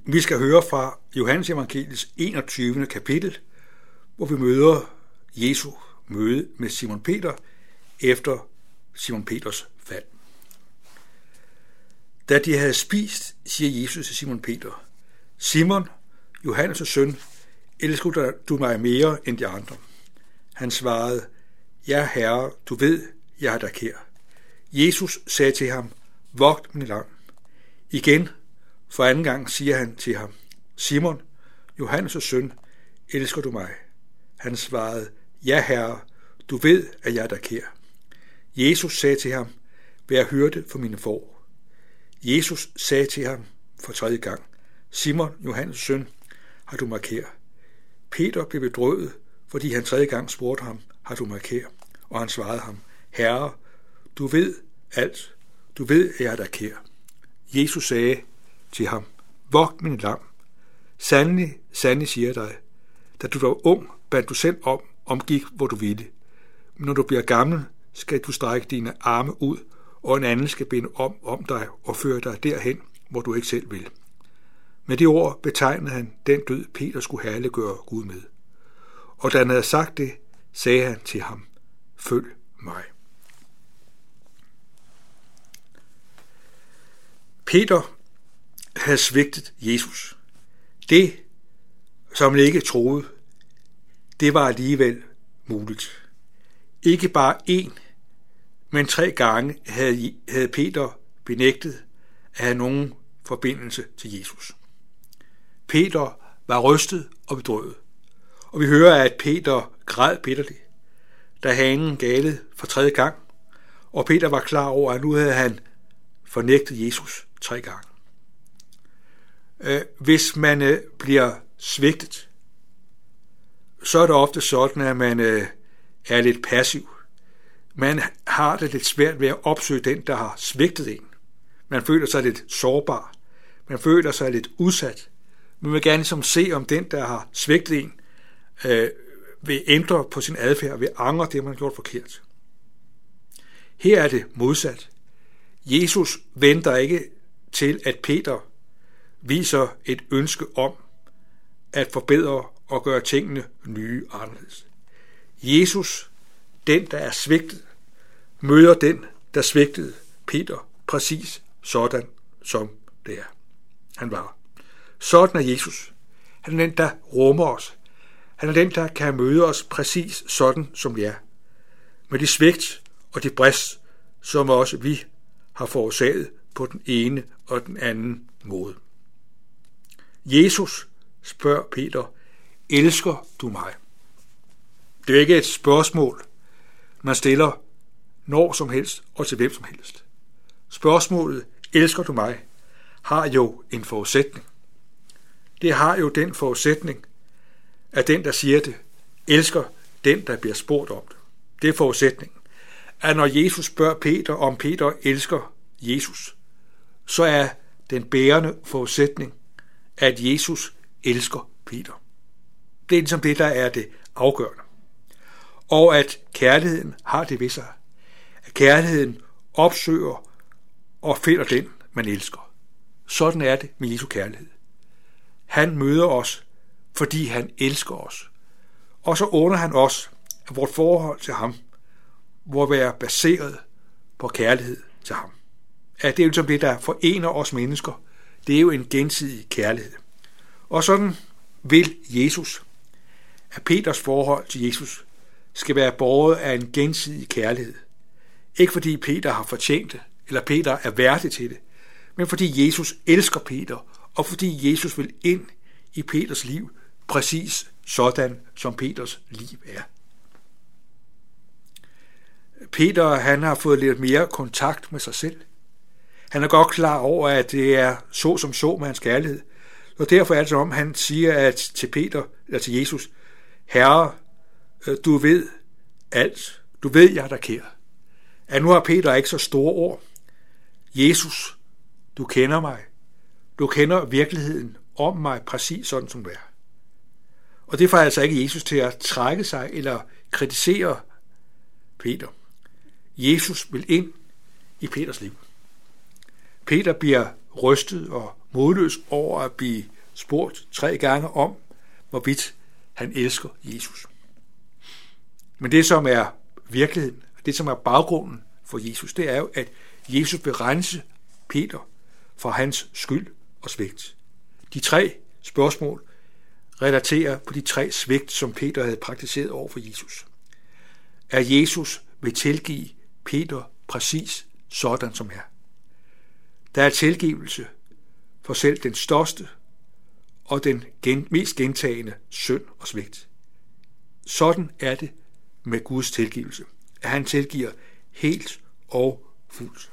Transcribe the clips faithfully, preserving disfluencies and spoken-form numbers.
Vi skal høre fra Johannes Evangeliets enogtyvende kapitel, hvor vi møder Jesu møde med Simon Peter efter Simon Peters fald. Da de havde spist, siger Jesus til Simon Peter: Simon, Johannes' søn, elsker du mig mere end de andre? Han svarede: Ja, Herre, du ved, jeg er dig kær. Jesus sagde til ham: Vogt mine lam. Igen, for anden gang, siger han til ham: Simon, Johannes' søn, elsker du mig? Han svarede: Ja, Herre, du ved, at jeg er dig kær. Jesus sagde til ham: Vær hyrde for mine får. Jesus sagde til ham for tredje gang: Simon, Johannes' søn, har du mig kær? Peter blev bedrøvet, fordi han tredje gang spurgte ham: Har du mig kær? Og han svarede ham: Herre, du ved alt. Du ved, at jeg er dig kær. Jesus sagde til ham: Vogt mine lam. Sandelig, sandelig siger jeg dig, da du var ung, bandt du selv om, omgik, hvor du ville. Men når du bliver gammel, skal du strække dine arme ud, og en anden skal binde om om dig og føre dig derhen, hvor du ikke selv vil. Med de ord betegnede han den død, Peter skulle herliggøre Gud med. Og da han havde sagt det, sagde han til ham: Følg mig. Peter havde svigtet Jesus. Det, som han ikke troede, det var alligevel muligt. Ikke bare én, men tre gange havde, havde Peter benægtet at have nogen forbindelse til Jesus. Peter var rystet og bedrøvet, og vi hører, at Peter græd bitterligt, da hanen galede for tredje gang, og Peter var klar over, at nu havde han fornægtet Jesus tre gange. Hvis man bliver svigtet, så er det ofte sådan, at man er lidt passiv. Man har det lidt svært ved at opsøge den, der har svigtet en. Man føler sig lidt sårbar. Man føler sig lidt udsat. Man vil gerne ligesom se, om den, der har svigtet en, øh, vil ændre på sin adfærd, vil angre det, man har gjort forkert. Her er det modsat. Jesus venter ikke til, at Peter viser et ønske om at forbedre og gøre tingene nye og anderledes. Jesus, den der er svigtet, møder den, der svigtede Peter, præcis sådan, som det er. Han var. Sådan er Jesus. Han er den, der rummer os. Han er den, der kan møde os præcis sådan, som vi er. Med de svigt og de brist, som også vi har forårsaget på den ene og den anden måde. Jesus spørger Peter: Elsker du mig? Det er ikke et spørgsmål, man stiller når som helst og til hvem som helst. Spørgsmålet, elsker du mig, har jo en forudsætning. Det har jo den forudsætning, at den, der siger det, elsker den, der bliver spurgt om det. Det er forudsætningen, at når Jesus spørger Peter, om Peter elsker Jesus, så er den bærende forudsætning, at Jesus elsker Peter. Det er ligesom det, der er det afgørende. Og at kærligheden har det ved sig. At kærligheden opsøger og finder den, man elsker. Sådan er det med Jesu kærlighed. Han møder os, fordi han elsker os. Og så under han os, at vores forhold til ham må være baseret på kærlighed til ham. At det er jo ligesom det, der forener os mennesker. Det er jo en gensidig kærlighed. Og sådan vil Jesus, at Peters forhold til Jesus skal være båret af en gensidig kærlighed. Ikke fordi Peter har fortjent det, eller Peter er værdig til det, men fordi Jesus elsker Peter, og fordi Jesus vil ind i Peters liv, præcis sådan som Peters liv er. Peter, han har fået lidt mere kontakt med sig selv. Han er godt klar over, at det er så som så med hans kærlighed. Og derfor er det som om, han siger at til Peter, eller til Jesus: Herre, du ved alt. Du ved, jeg er dig kær. At nu har Peter ikke så store ord. Jesus, du kender mig. Du kender virkeligheden om mig præcis sådan, som det er. Og det får altså ikke Jesus til at trække sig eller kritisere Peter. Jesus vil ind i Peters liv. Peter bliver rystet og modløs over at blive spurgt tre gange om, hvorvidt han elsker Jesus. Men det, som er virkeligheden, det, som er baggrunden for Jesus, det er jo, at Jesus vil rense Peter for hans skyld og svigt. De tre spørgsmål relaterer på de tre svigt, som Peter havde praktiseret over for Jesus. At Jesus vil tilgive Peter præcis sådan som er. Der er tilgivelse for selv den største og den gen- mest gentagende synd og svigt. Sådan er det med Guds tilgivelse, at han tilgiver helt og fuldt.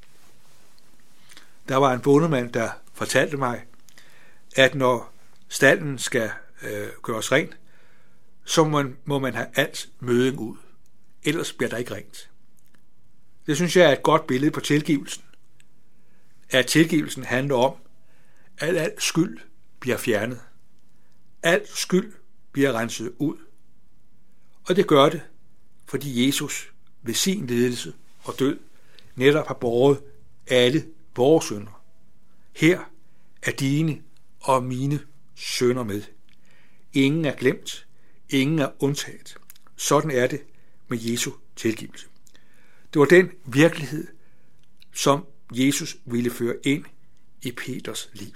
Der var en bondemand, der fortalte mig, at når stalden skal øh, gøres ren, så må man, må man have alt møding ud. Ellers bliver der ikke rent. Det synes jeg er et godt billede på tilgivelsen. At tilgivelsen handler om, at al skyld bliver fjernet. Al skyld bliver renset ud. Og det gør det, fordi Jesus ved sin lidelse og død netop har båret alle vores synder. Her er dine og mine synder med. Ingen er glemt, ingen er undtaget. Sådan er det med Jesu tilgivelse. Det var den virkelighed, som Jesus ville føre ind i Peters liv.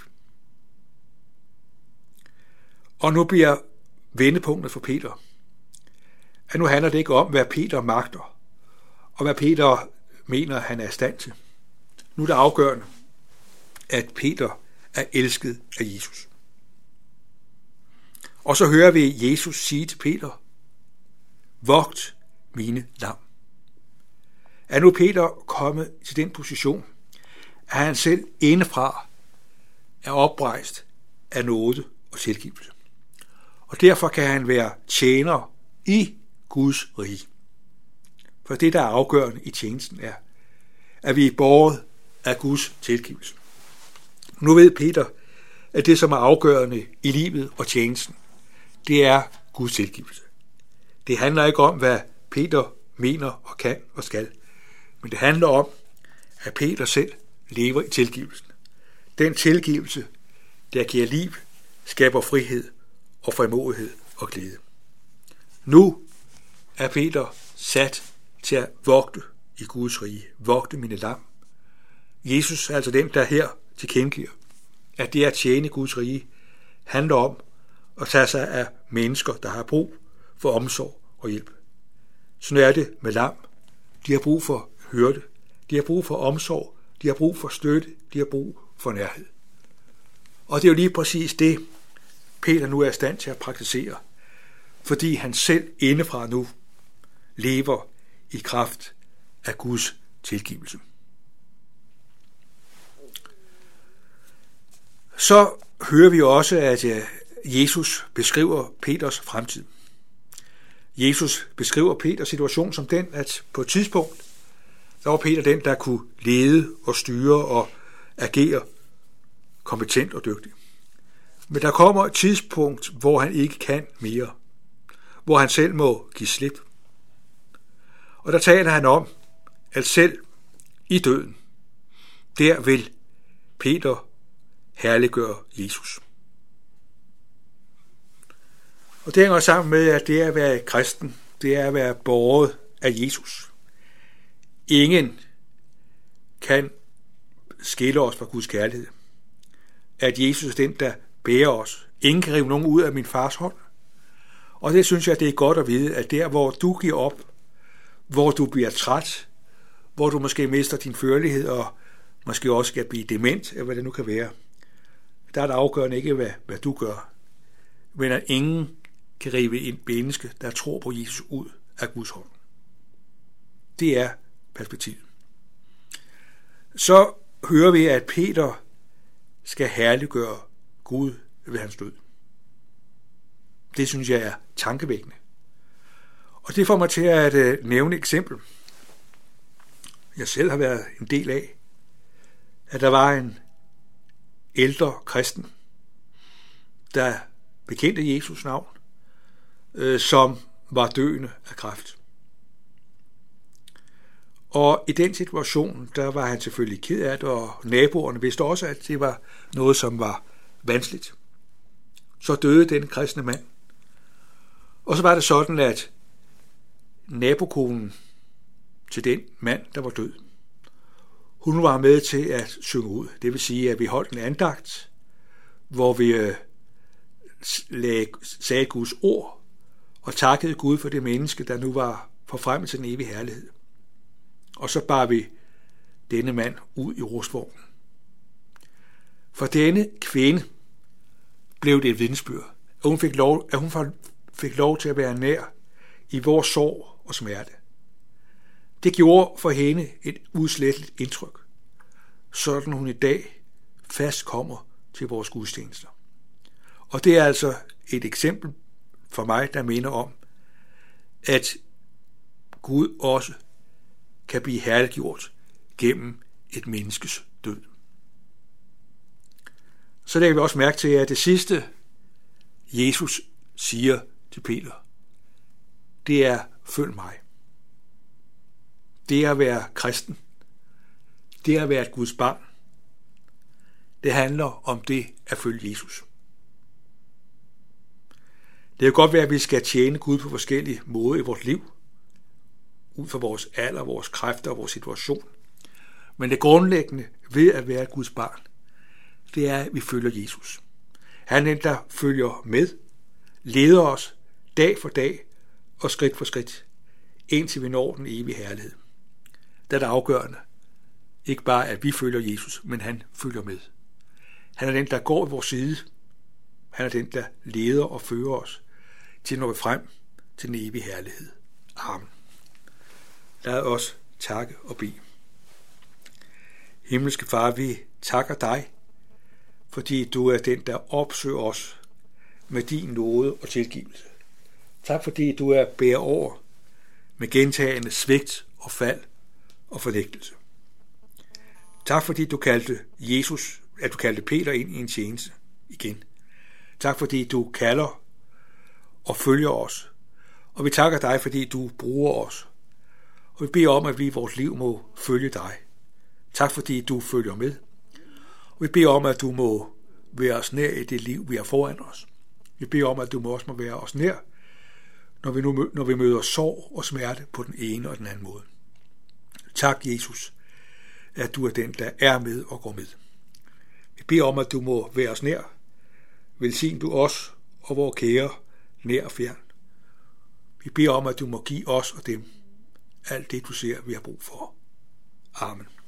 Og nu bliver vendepunktet for Peter, at nu handler det ikke om, hvad Peter magter, og hvad Peter mener, han er i stand til. Nu er det afgørende, at Peter er elsket af Jesus. Og så hører vi Jesus sige til Peter, vogt mine lam. Er nu Peter kommet til den position, at han selv indefra er oprejst af nåde og tilgivelse. Og derfor kan han være tjener i Guds rige. For det, der er afgørende i tjenesten, er, at vi er båret af Guds tilgivelse. Nu ved Peter, at det, som er afgørende i livet og tjenesten, det er Guds tilgivelse. Det handler ikke om, hvad Peter mener og kan og skal, men det handler om, at Peter selv lever i tilgivelsen. Den tilgivelse, der giver liv, skaber frihed og frimodighed og glæde. Nu er Peter sat til at vogte i Guds rige, vogte mine lam. Jesus er altså den, der her tilkendegiver, at det at tjene Guds rige handler om at tage sig af mennesker, der har brug for omsorg og hjælp. Sådan er det med lam. De har brug for hyrde, de har brug for omsorg, de har brug for støtte, de har brug for nærhed. Og det er jo lige præcis det, Peter nu er i stand til at praktisere, fordi han selv indefra nu lever i kraft af Guds tilgivelse. Så hører vi også, at Jesus beskriver Peters fremtid. Jesus beskriver Peters situation som den, at på et tidspunkt, der var Peter den, der kunne lede og styre og agere kompetent og dygtig. Men der kommer et tidspunkt, hvor han ikke kan mere, hvor han selv må give slip. Og der taler han om, at selv i døden, der vil Peter herliggøre Jesus. Og det hænger sammen med, at det at være kristen, det er at være båret af Jesus. Ingen kan skille os fra Guds kærlighed. At Jesus er den, der bærer os. Ingen kan rive nogen ud af min fars hånd. Og det synes jeg, det er godt at vide, at der, hvor du giver op, hvor du bliver træt, hvor du måske mister din førlighed, og måske også skal blive dement, eller hvad det nu kan være, der er det afgørende ikke, hvad, hvad du gør, men at ingen kan rive en menneske, der tror på Jesus, ud af Guds hånd. Det er perspektivet. Så hører vi, at Peter skal herliggøre Gud ved hans død. Det synes jeg er tankevækkende. Og det får mig til at nævne et eksempel, jeg selv har været en del af, at der var en ældre kristen, der bekendte Jesus navn, øh, som var døende af kræft. Og i den situation, der var han selvfølgelig ked af det, og naboerne vidste også, at det var noget, som var vanskeligt. så døde den kristne mand. Og så var det sådan, at nabokonen til den mand, der var død, hun var med til at synge ud. Det vil sige, at vi holdt en andagt, hvor vi øh, sagde Guds ord og takkede Gud for det menneske, der nu var forfremmet til den evige herlighed. Og så bar vi denne mand ud i rustvognen. For denne kvinde blev det et vidnesbyrd, at hun fik lov, at hun fik lov til at være nær i vores sorg og smerte. Det gjorde for hende et udsletteligt indtryk, sådan hun i dag fast kommer til vores gudstjenester. Og det er altså et eksempel for mig, der minder om, at Gud også kan blive herliggjort gennem et menneskes død. Så lægger vi også mærke til, at det sidste, Jesus siger til Peter, det er, følg mig. Det er at være kristen. Det er at være et Guds barn. Det handler om det at følge Jesus. Det kan godt være, at vi skal tjene Gud på forskellige måder i vores liv, ud fra vores alder, vores kræfter og vores situation. Men det grundlæggende ved at være et Guds barn, det er, at vi følger Jesus. Han er den, der følger med, leder os dag for dag og skridt for skridt, indtil vi når den evige herlighed. Det er det afgørende. Ikke bare, at vi følger Jesus, men han følger med. Han er den, der går i vores side. Han er den, der leder og fører os til at nå frem til den evige herlighed. Amen. Lad os takke og bede. Himmelske Far, vi takker dig, fordi du er den, der opsøger os med din nåde og tilgivelse. Tak fordi du er bærer over med gentagende svigt og fald og fornægtelse. Tak fordi du kaldte Jesus, at du kaldte Peter ind i en tjeneste igen. Tak fordi du kalder og følger os. Og vi takker dig, fordi du bruger os. Og vi beder om, at vi i vores liv må følge dig. Tak fordi du følger med. Og vi beder om, at du må være os nær i det liv, vi har foran os. Vi beder om, at du må også må være os nær, når vi, nu, når vi møder sorg og smerte på den ene og den anden måde. Tak, Jesus, at du er den, der er med og går med. Vi beder om, at du må være os nær. Velsign du os og vores kære nær og fjern. Vi beder om, at du må give os og dem alt det, du ser, vi har brug for. Amen.